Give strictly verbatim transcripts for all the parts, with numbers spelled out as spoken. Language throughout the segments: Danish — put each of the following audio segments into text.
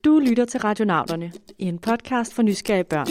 Du lytter til Radionauterne, en podcast for nysgerrige børn.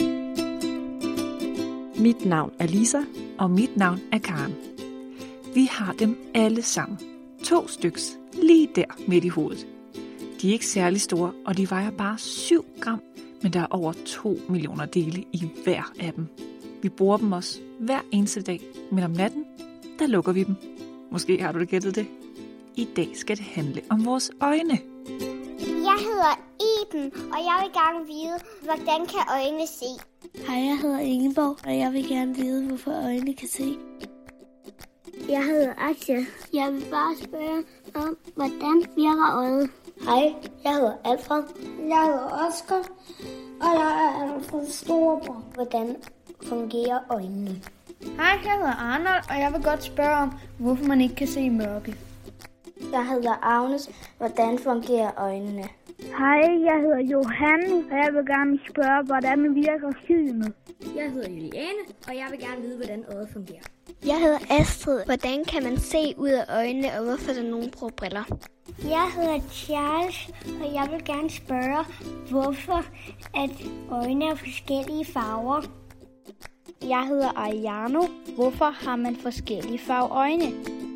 Mit navn er Lisa. Og mit navn er Karen. Vi har dem alle sammen. To styks, lige der midt i hovedet. De er ikke særlig store, og de vejer bare syv gram, men der er over to millioner dele i hver af dem. Vi bruger dem også hver eneste dag, men om natten, der lukker vi dem. Måske har du det gættet det. I dag skal det handle om vores øjne. Jeg hedder Iben, og jeg vil gerne vide, hvordan kan øjne se? Hej, jeg hedder Ingeborg, og jeg vil gerne vide, hvorfor øjne kan se. Jeg hedder Aksel. Jeg vil bare spørge om, hvordan virker øjet? Hej, jeg hedder Alfred. Jeg hedder Oscar, og jeg er Alfreds storebror. Hvordan fungerer øjnene? Hej, jeg hedder Arnold, og jeg vil godt spørge om, hvorfor man ikke kan se i mørke. Jeg hedder Agnes. Hvordan fungerer øjnene? Hej, jeg hedder Johan, og jeg vil gerne spørge, hvordan virker synet? Jeg hedder Juliane, og jeg vil gerne vide, hvordan øjet fungerer. Jeg hedder Astrid. Hvordan kan man se ud af øjnene, og hvorfor der nogen bruger briller? Jeg hedder Charles, og jeg vil gerne spørge, hvorfor at øjne er forskellige farver. Jeg hedder Ariano. Hvorfor har man forskellige farveøjne?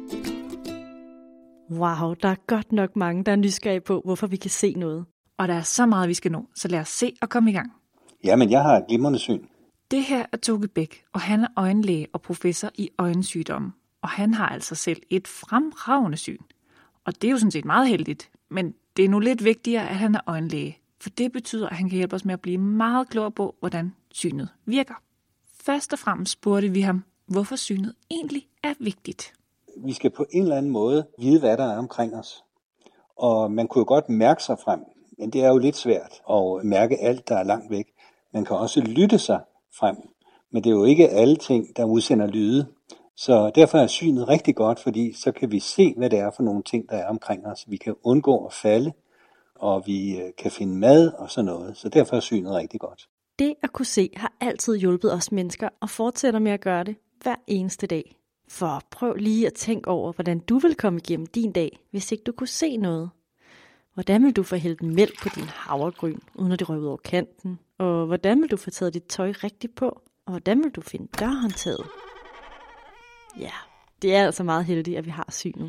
Wow, der er godt nok mange, der er nysgerrige på, hvorfor vi kan se noget. Og der er så meget, vi skal nå, så lad os se og komme i gang. Jamen, jeg har et glimrende syn. Det her er Toge Bæk, og han er øjenlæge og professor i øjensygdomme. Og han har altså selv et fremragende syn. Og det er jo sådan set meget heldigt, men det er nu lidt vigtigere, at han er øjenlæge. For det betyder, at han kan hjælpe os med at blive meget klogere på, hvordan synet virker. Først og fremmest spurgte vi ham, hvorfor synet egentlig er vigtigt. Vi skal på en eller anden måde vide, hvad der er omkring os. Og man kunne jo godt mærke sig frem, men det er jo lidt svært at mærke alt, der er langt væk. Man kan også lytte sig frem, men det er jo ikke alle ting, der udsender lyde. Så derfor er synet rigtig godt, fordi så kan vi se, hvad det er for nogle ting, der er omkring os. Vi kan undgå at falde, og vi kan finde mad og sådan noget. Så derfor er synet rigtig godt. Det at kunne se har altid hjulpet os mennesker og fortsætter med at gøre det hver eneste dag. For prøv lige at tænke over, hvordan du vil komme igennem din dag, hvis ikke du kunne se noget. Hvordan vil du få hældt mælk på din havregryn, uden at det røg ud over kanten? Og hvordan vil du få taget dit tøj rigtigt på? Og hvordan vil du finde dørhåndtaget? Ja, det er altså meget heldigt, at vi har synet.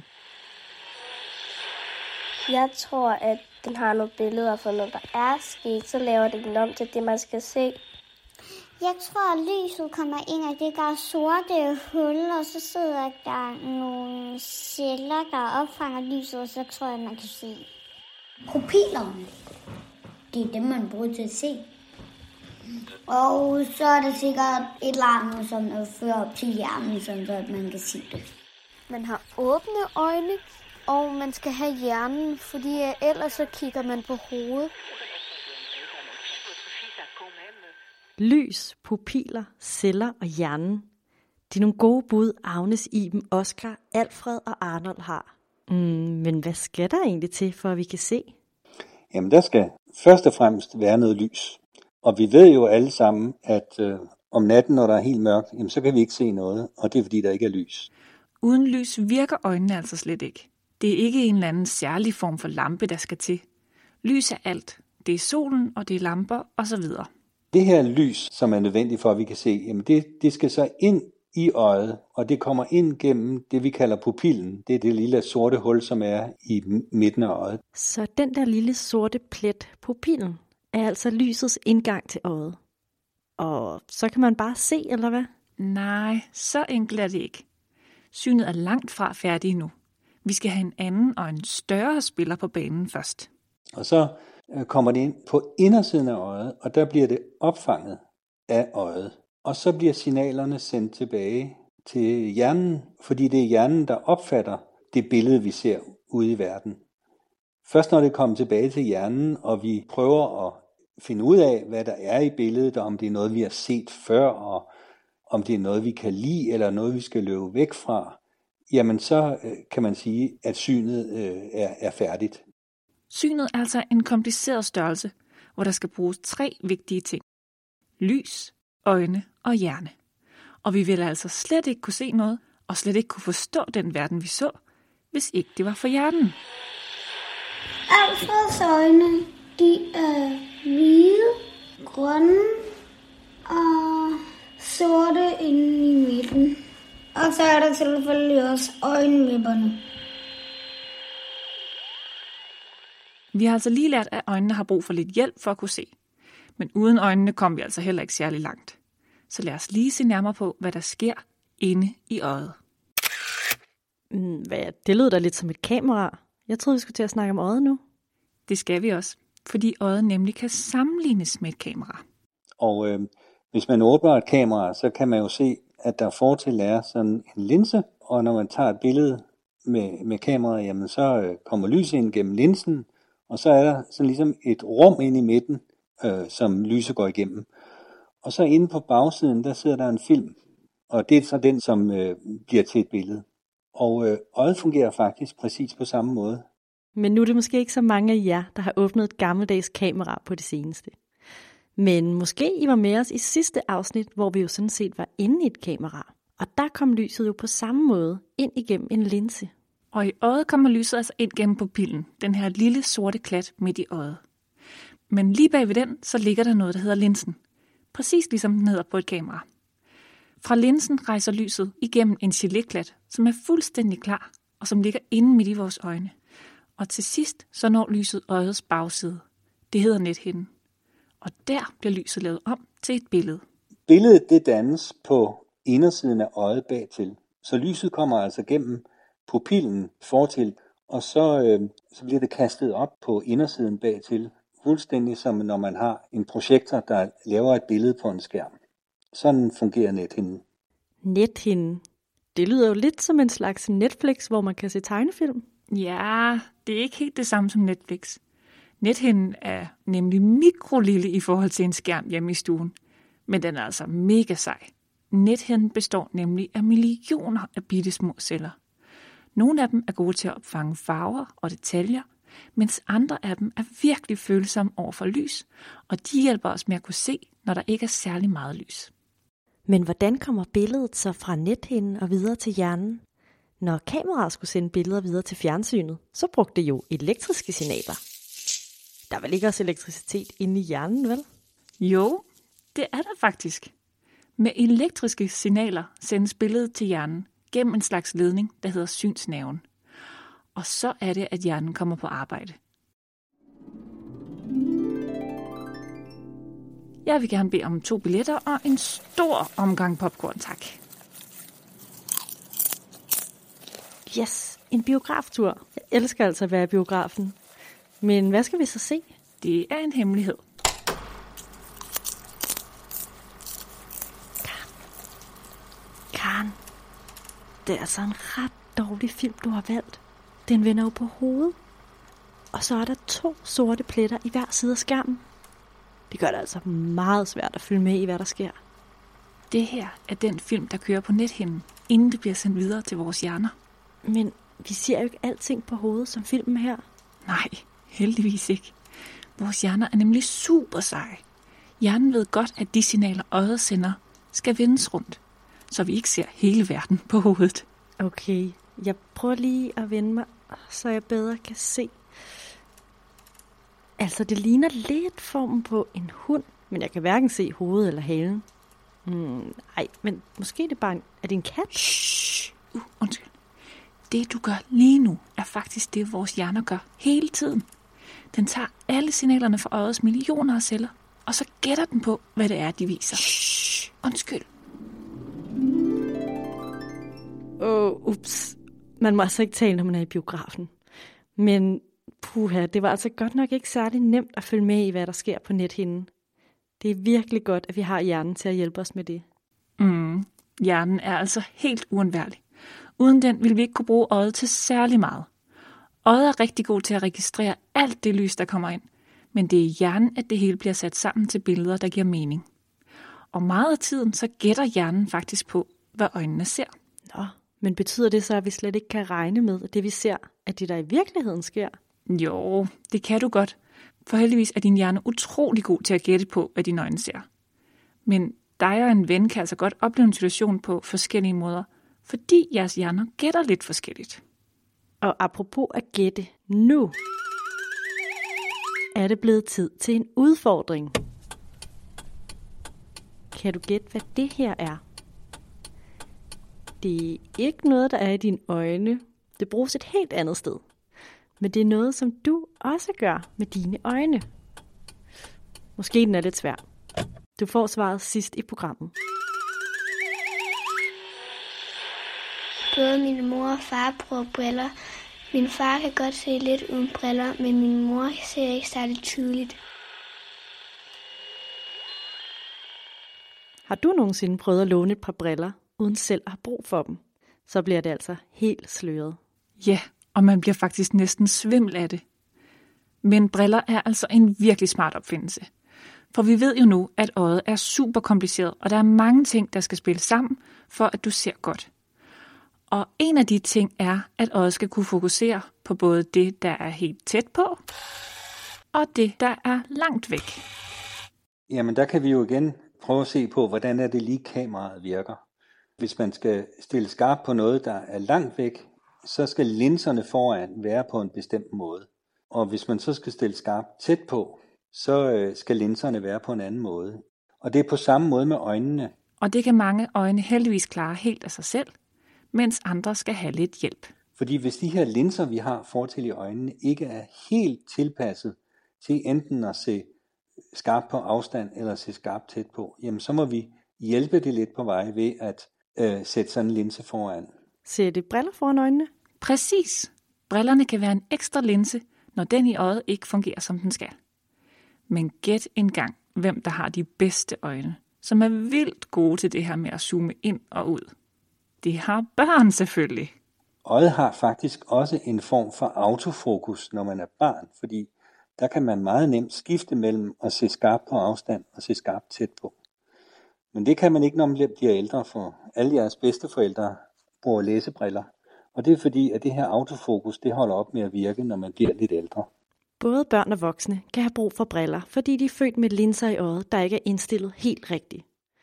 Jeg tror, at den har nogle billeder for noget, der er sket, så laver det den om til det, man skal se. Jeg tror, at lyset kommer ind af det der sorte hul, og så sidder der nogle celler, der opfanger lyset, og så tror jeg, at man kan se. Pupillerne, det er dem, man bruger til at se. Og så er det sikkert et eller andet, som er ført op til hjernen, så at man kan se det. Man har åbne øjne, og man skal have hjernen, fordi ellers så kigger man på hovedet. Lys, pupiller, celler og hjernen. Det er nogle gode bud, Agnes, Iben, Oscar, Alfred og Arnold har. Mm, men hvad skal der egentlig til, for at vi kan se? Jamen, der skal først og fremmest være noget lys. Og vi ved jo alle sammen, at øh, om natten, når der er helt mørkt, jamen, så kan vi ikke se noget, og det er fordi, der ikke er lys. Uden lys virker øjnene altså slet ikke. Det er ikke en eller anden særlig form for lampe, der skal til. Lys er alt. Det er solen, og det er lamper osv. Det her lys, som er nødvendigt for, at vi kan se, jamen det, det skal så ind i øjet, og det kommer ind gennem det, vi kalder pupillen. Det er det lille sorte hul, som er i midten af øjet. Så den der lille sorte plet, pupillen, er altså lysets indgang til øjet. Og så kan man bare se, eller hvad? Nej, så enkelt er det ikke. Synet er langt fra færdig nu. Vi skal have en anden og en større spiller på banen først. Og så kommer det ind på indersiden af øjet, og der bliver det opfanget af øjet. Og så bliver signalerne sendt tilbage til hjernen, fordi det er hjernen, der opfatter det billede, vi ser ude i verden. Først når det kommer tilbage til hjernen, og vi prøver at finde ud af, hvad der er i billedet, og om det er noget, vi har set før, og om det er noget, vi kan lide, eller noget, vi skal løbe væk fra, jamen så kan man sige, at synet er, er færdigt. Synet er altså en kompliceret størrelse, hvor der skal bruges tre vigtige ting. Lys, øjne og hjerne. Og vi ville altså slet ikke kunne se noget, og slet ikke kunne forstå den verden, vi så, hvis ikke det var for hjernen. Alfreds øjne. De er hvide, grønne og sorte inde i midten. Og så er der selvfølgelig også øjenvipperne. Vi har altså lige lært, at øjnene har brug for lidt hjælp for at kunne se. Men uden øjnene kom vi altså heller ikke særlig langt. Så lad os lige se nærmere på, hvad der sker inde i øjet. Hvad, det lød da lidt som et kamera. Jeg troede, vi skulle til at snakke om øjet nu. Det skal vi også, fordi øjet nemlig kan sammenlignes med et kamera. Og øh, hvis man åbner et kamera, så kan man jo se, at der fortil er sådan en linse, og når man tager et billede med, med kameraet, jamen så øh, kommer lyset ind gennem linsen, og så er der sådan ligesom et rum inde i midten, øh, som lyset går igennem. Og så inde på bagsiden, der sidder der en film, og det er så den, som øh, bliver til et billede. Og øh, øjet fungerer faktisk præcis på samme måde. Men nu er det måske ikke så mange af jer, der har åbnet et gammeldags kamera på det seneste. Men måske I var med os i sidste afsnit, hvor vi jo sådan set var inde i et kamera. Og der kom lyset jo på samme måde ind igennem en linse. Og i øjet kommer lyset altså ind gennem pupillen, den her lille sorte klat midt i øjet. Men lige bag ved den, så ligger der noget, der hedder linsen. Præcis ligesom den hedder på et kamera. Fra linsen rejser lyset igennem en geléklat, som er fuldstændig klar, og som ligger inde midt i vores øjne. Og til sidst, så når lyset øjets bagside. Det hedder nethinden. Og der bliver lyset lavet om til et billede. Billedet det dannes på indersiden af øjet bagtil. Så lyset kommer altså gennem pupillen fortil, og så, øh, så bliver det kastet op på indersiden bagtil. Fuldstændig som når man har en projektor, der laver et billede på en skærm. Sådan fungerer nethinden. Nethinden. Det lyder jo lidt som en slags Netflix, hvor man kan se tegnefilm. Ja, det er ikke helt det samme som Netflix. Nethinden er nemlig mikrolille i forhold til en skærm hjemme i stuen. Men den er altså mega sej. Nethinden består nemlig af millioner af bittesmå celler. Nogle af dem er gode til at opfange farver og detaljer, mens andre af dem er virkelig følsomme over for lys, og de hjælper os med at kunne se, når der ikke er særlig meget lys. Men hvordan kommer billedet så fra nethinden og videre til hjernen? Når kameraet skulle sende billeder videre til fjernsynet, så brugte det jo elektriske signaler. Der er vel ikke også elektricitet inde i hjernen, vel? Jo, det er der faktisk. Med elektriske signaler sendes billedet til hjernen gennem en slags ledning, der hedder synsnerven. Og så er det, at hjernen kommer på arbejde. Jeg vil gerne bede om to billetter og en stor omgang popcorn, tak. Yes, en biograftur. Jeg elsker altså at være i biografen. Men hvad skal vi så se? Det er en hemmelighed. Karen. Karen. Det er altså en ret dårlig film, du har valgt. Den vender jo på hovedet. Og så er der to sorte pletter i hver side af skærmen. Det gør det altså meget svært at følge med i, hvad der sker. Det her er den film, der kører på nethinden, inden det bliver sendt videre til vores hjerner. Men vi ser jo ikke alting på hovedet som filmen her. Nej, heldigvis ikke. Vores hjerner er nemlig super seje. Hjernen ved godt, at de signaler, øjet sender, skal vendes rundt, så vi ikke ser hele verden på hovedet. Okay, jeg prøver lige at vende mig, så jeg bedre kan se. Altså, det ligner lidt formen på en hund, men jeg kan hverken se hovedet eller halen. Hmm, ej, men måske er det bare en... Er det en kat? Shhh, uh, undskyld. Det, du gør lige nu, er faktisk det, vores hjerner gør hele tiden. Den tager alle signalerne fra øjets millioner af celler, og så gætter den på, hvad det er, de viser. Shhh, undskyld. Åh, oh, ups. Man må altså ikke tale, når man er i biografen. Men puha, det var altså godt nok ikke særlig nemt at følge med i, hvad der sker på nethinden. Det er virkelig godt, at vi har hjernen til at hjælpe os med det. Mm, hjernen er altså helt uundværlig. Uden den vil vi ikke kunne bruge øjet til særlig meget. Øjet er rigtig god til at registrere alt det lys, der kommer ind. Men det er i hjernen, at det hele bliver sat sammen til billeder, der giver mening. Og meget af tiden, så gætter hjernen faktisk på, hvad øjnene ser. Nå, men betyder det så, at vi slet ikke kan regne med, at det vi ser, at det der i virkeligheden sker? Jo, det kan du godt. For heldigvis er din hjerne utrolig god til at gætte på, hvad dine øjne ser. Men dig og en ven kan altså godt opleve en situation på forskellige måder, fordi jeres hjerner gætter lidt forskelligt. Og apropos at gætte nu, er det blevet tid til en udfordring. Kan du gætte, hvad det her er? Det er ikke noget, der er i dine øjne. Det bruges et helt andet sted. Men det er noget, som du også gør med dine øjne. Måske den er lidt svær. Du får svaret sidst i programmet. Både min mor og far bruger briller. Min far kan godt se lidt uden briller, men min mor ser ikke særlig tydeligt. Har du nogensinde prøvet at låne et par briller, uden selv at have brug for dem? Så bliver det altså helt sløret. Ja, og man bliver faktisk næsten svimmel af det. Men briller er altså en virkelig smart opfindelse. For vi ved jo nu, at øjet er super kompliceret, og der er mange ting, der skal spille sammen, for at du ser godt. Og en af de ting er, at øjet skal kunne fokusere på både det, der er helt tæt på, og det, der er langt væk. Jamen der kan vi jo igen prøve at se på, hvordan er det lige kameraet virker. Hvis man skal stille skarpt på noget, der er langt væk, så skal linserne foran være på en bestemt måde. Og hvis man så skal stille skarpt tæt på, så skal linserne være på en anden måde. Og det er på samme måde med øjnene. Og det kan mange øjne heldigvis klare helt af sig selv, mens andre skal have lidt hjælp. Fordi hvis de her linser, vi har fortil i øjnene, ikke er helt tilpasset til enten at se skarpt på afstand eller se skarpt tæt på, jamen så må vi hjælpe det lidt på vej ved at øh, sætte sådan en linse foran. Sætte briller foran øjnene? Præcis. Brillerne kan være en ekstra linse, når den i øjet ikke fungerer, som den skal. Men gæt engang, hvem der har de bedste øjne, som er vildt gode til det her med at zoome ind og ud. Det har børn selvfølgelig. Øjet har faktisk også en form for autofokus, når man er barn, fordi der kan man meget nemt skifte mellem at se skarpt på afstand og se skarpt tæt på. Men det kan man ikke, når man bliver ældre, for alle jeres bedsteforældre bruger læsebriller. Og det er fordi, at det her autofokus, det holder op med at virke, når man bliver lidt ældre. Både børn og voksne kan have brug for briller, fordi de er født med linser i øjet, der ikke er indstillet helt rigtigt.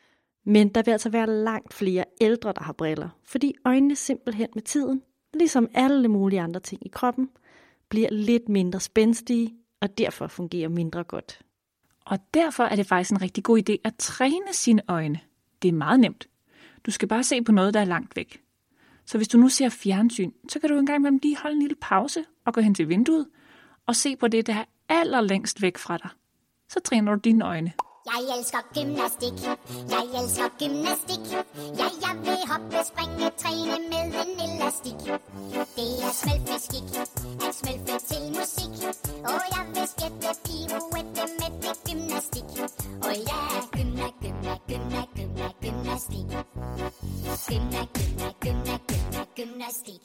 Men der vil altså være langt flere ældre, der har briller, fordi øjnene simpelthen med tiden, ligesom alle mulige andre ting i kroppen, bliver lidt mindre spændstige og derfor fungerer mindre godt. Og derfor er det faktisk en rigtig god idé at træne sine øjne. Det er meget nemt. Du skal bare se på noget, der er langt væk. Så hvis du nu ser fjernsyn, så kan du engang imellem lige holde en lille pause og gå hen til vinduet og se på det, der er allerlængst væk fra dig. Så træner du dine øjne. Jeg elsker gymnastik, jeg elsker gymnastik. Ja, jeg vil hoppe, springe, træne med en elastik. Det er smølfeskik, at smølfe til musik. Og jeg vil skætte pirouette med det gymnastik. Og ja, gymna, gymna, gymna, gymna, gymnastik. Gymna, gymna, gymna, gymna, gymnastik.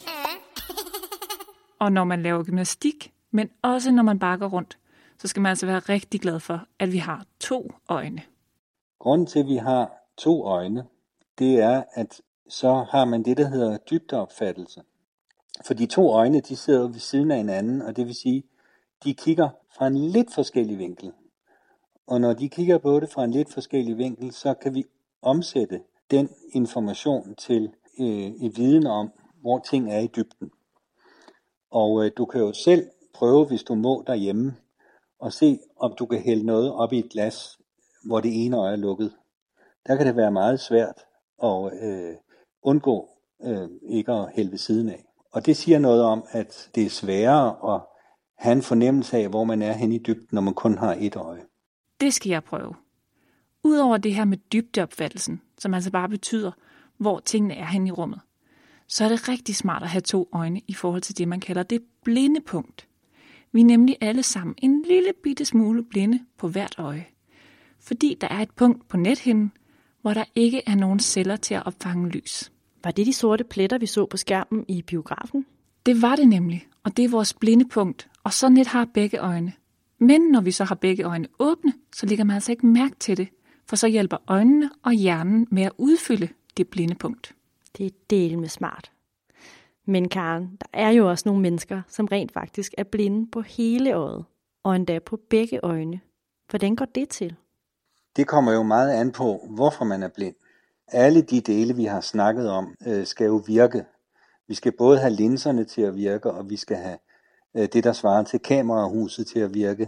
Og når man laver gymnastik, men også når man bare går rundt, så skal man altså være rigtig glad for, at vi har to øjne. Grunden til, at vi har to øjne, det er, at så har man det, der hedder dybdeopfattelse. For de to øjne, de sidder ved siden af hinanden, og det vil sige, de kigger fra en lidt forskellig vinkel. Og når de kigger på det fra en lidt forskellig vinkel, så kan vi omsætte den information til øh, et viden om, hvor ting er i dybden. Og øh, du kan jo selv prøve, hvis du må derhjemme, og se, om du kan hælde noget op i et glas, hvor det ene øje er lukket. Der kan det være meget svært at øh, undgå øh, ikke at hælde ved siden af. Og det siger noget om, at det er sværere at have en fornemmelse af, hvor man er hen i dybden, når man kun har et øje. Det skal jeg prøve. Udover det her med dybdeopfattelsen, som altså bare betyder, hvor tingene er hen i rummet, så er det rigtig smart at have to øjne i forhold til det, man kalder det blinde punkt. Vi er nemlig alle sammen en lille bitte smule blinde på hvert øje. Fordi der er et punkt på nethinden, hvor der ikke er nogen celler til at opfange lys. Var det de sorte pletter, vi så på skærmen i biografen? Det var det nemlig, og det er vores blinde punkt, og sådan et har begge øjne. Men når vi så har begge øjne åbne, så lægger man altså ikke mærke til det, for så hjælper øjnene og hjernen med at udfylde det blinde punkt. Det er del med smart. Men Karen, der er jo også nogle mennesker, som rent faktisk er blinde på hele øjet, og endda på begge øjne. Hvordan går det til? Det kommer jo meget an på, hvorfor man er blind. Alle de dele, vi har snakket om, skal jo virke. Vi skal både have linserne til at virke, og vi skal have det, der svarer til kamerahuset til at virke.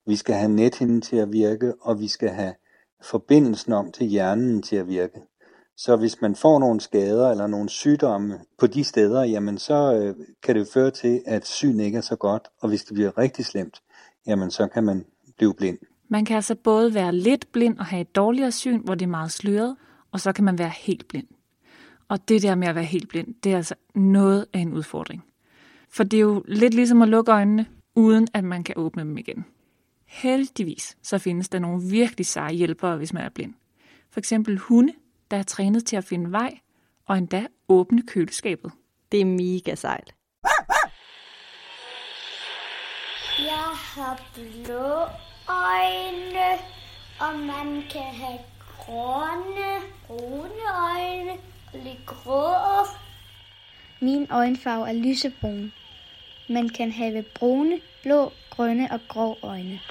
vi skal have nethinden til at virke, og vi skal have forbindelsen om til hjernen til at virke. Så hvis man får nogle skader eller nogle sygdomme på de steder, jamen så øh, kan det føre til, at syn ikke er så godt, og hvis det bliver rigtig slemt, jamen så kan man blive blind. Man kan altså både være lidt blind og have et dårligere syn, hvor det er meget sløret, og så kan man være helt blind. Og det der med at være helt blind, det er altså noget af en udfordring. For det er jo lidt ligesom at lukke øjnene, uden at man kan åbne dem igen. Heldigvis så findes der nogle virkelig seje hjælpere, hvis man er blind. For eksempel hunde, der er trænet til at finde vej, og endda åbne køleskabet. Det er mega sejt. Jeg har blå øjne, og man kan have grønne, brune øjne og lidt grå. Min øjenfarve er lysebrun. Man kan have brune, blå, grønne og grå øjne.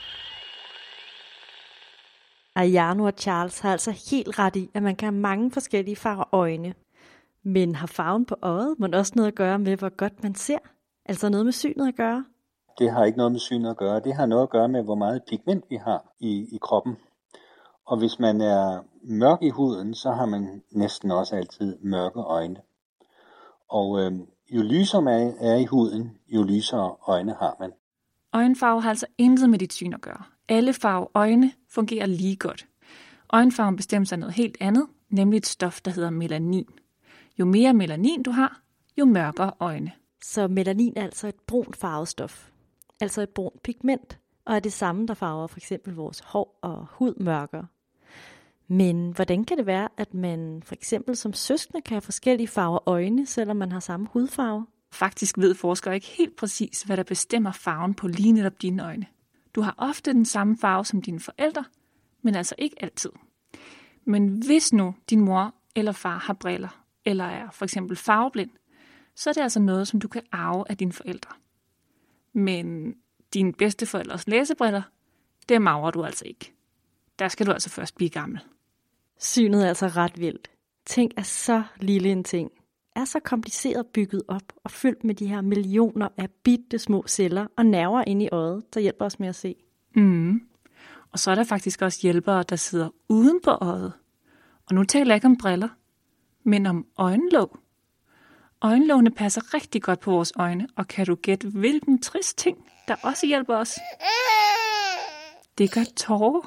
Ayano og Charles har altså helt ret i, at man kan have mange forskellige farver øjne. Men har farven på øjet må også noget at gøre med, hvor godt man ser? Altså noget med synet at gøre? Det har ikke noget med synet at gøre. Det har noget at gøre med, hvor meget pigment vi har i, i kroppen. Og hvis man er mørk i huden, så har man næsten også altid mørke øjne. Og øh, jo lysere man er i huden, jo lysere øjne har man. Øjenfarve har altså intet med dit syn at gøre. Alle farve øjne fungerer lige godt. Øjenfarven bestemmer sig noget helt andet, nemlig et stof, der hedder melanin. Jo mere melanin du har, jo mørkere øjne. Så melanin er altså et brunt farvestof. Altså et brunt pigment, og er det samme, der farver for eksempel vores hår og hud mørkere. Men hvordan kan det være, at man for eksempel som søskende kan have forskellige farver øjne, selvom man har samme hudfarve? Faktisk ved forskere ikke helt præcis, hvad der bestemmer farven på lige netop dine øjne. Du har ofte den samme farve som dine forældre, men altså ikke altid. Men hvis nu din mor eller far har briller, eller er for eksempel farveblind, så er det altså noget, som du kan arve af dine forældre. Men dine bedsteforældres læsebriller, det magrer du altså ikke. Der skal du altså først blive gammel. Synet er altså ret vildt. Tænk, at så lille en ting er så kompliceret bygget op og fyldt med de her millioner af bitte små celler og nerver inde i øjet, der hjælper os med at se. Mm. Og så er der faktisk også hjælpere, der sidder uden på øjet. Og nu taler jeg ikke om briller, men om øjenlåg. Øjenlågene passer rigtig godt på vores øjne, og kan du gætte, hvilken trist ting, der også hjælper os? Det gør tårer.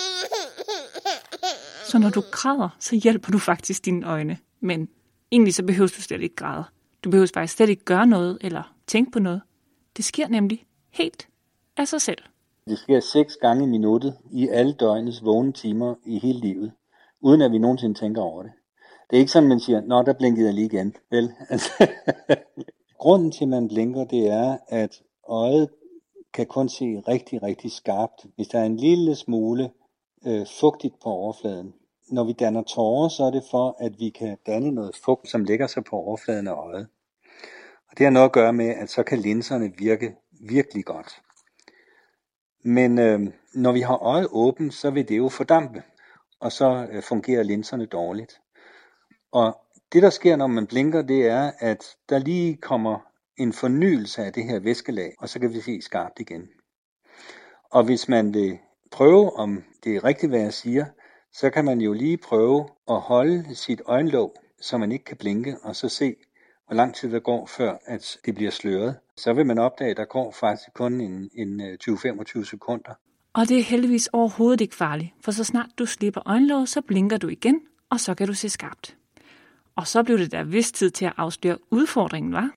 Så når du græder, så hjælper du faktisk dine øjne. Men egentlig så behøver du slet ikke græde. Du behøver faktisk slet ikke gøre noget eller tænke på noget. Det sker nemlig helt af sig selv. Det sker seks gange i minuttet i alle døgnets vågne timer i hele livet, uden at vi nogensinde tænker over det. Det er ikke sådan, man siger, nå, der blinkede jeg lige igen. Vel? Altså, grunden til, at man blinker, det er, at øjet kan kun se rigtig, rigtig skarpt, hvis der er en lille smule øh, fugtigt på overfladen. Når vi danner tårer, så er det for, at vi kan danne noget fugt, som lægger sig på overfladen af øjet. Og det har noget at gøre med, at så kan linserne virke virkelig godt. Men øh, når vi har øjet åbent, så vil det jo fordampe, og så øh, fungerer linserne dårligt. Og det, der sker, når man blinker, det er, at der lige kommer en fornyelse af det her væskelag, og så kan vi se skarpt igen. Og hvis man vil prøve, om det er rigtigt, hvad jeg siger, så kan man jo lige prøve at holde sit øjenlåg, så man ikke kan blinke, og så se, hvor lang tid der går, før at det bliver sløret. Så vil man opdage, at der går faktisk kun en, en tyve til femogtyve sekunder. Og det er heldigvis overhovedet ikke farligt, for så snart du slipper øjenlåget, så blinker du igen, og så kan du se skarpt. Og så blev det da vist tid til at afsløre udfordringen, hva'?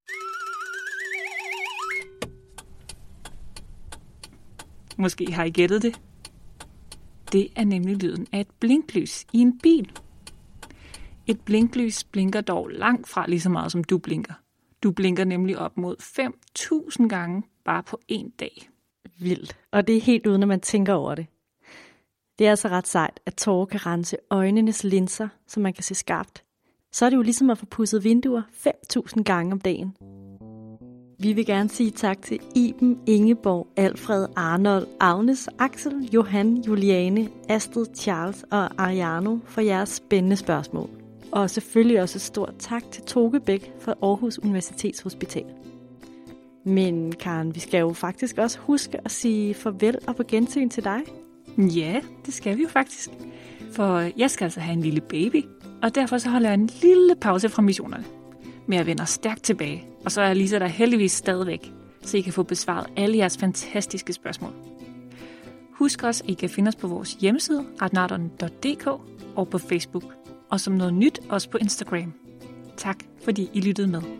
Måske har I gættet det. Det er nemlig lyden af et blinklys i en bil. Et blinklys blinker dog langt fra lige så meget, som du blinker. Du blinker nemlig op mod fem tusind gange bare på en dag. Vildt. Og det er helt uden, at man tænker over det. Det er altså ret sejt, at tårer kan rense øjnenes linser, så man kan se skarpt. Så er det jo ligesom at få pudset vinduer fem tusind gange om dagen. Vi vil gerne sige tak til Iben, Ingeborg, Alfred, Arnold, Agnes, Axel, Johan, Juliane, Astrid, Charles og Ariano for jeres spændende spørgsmål. Og selvfølgelig også et stort tak til Toge Bæk fra Aarhus Universitetshospital. Men Karen, vi skal jo faktisk også huske at sige farvel og på gensyn til dig. Ja, det skal vi jo faktisk. For jeg skal altså have en lille baby, og derfor så holder jeg en lille pause fra missionerne. Men jeg vender stærkt tilbage, og så er Lisa der heldigvis stadigvæk, så I kan få besvaret alle jeres fantastiske spørgsmål. Husk også, at I kan finde os på vores hjemmeside, radionauterne punktum d k, og på Facebook, og som noget nyt også på Instagram. Tak, fordi I lyttede med.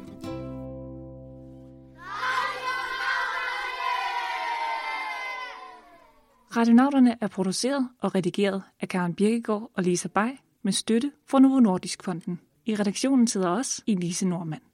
Radionauterne er produceret og redigeret af Karen Birkegaard og Lisa Bay med støtte fra Novo Nordisk Fonden. I redaktionen sidder også Elise Normann.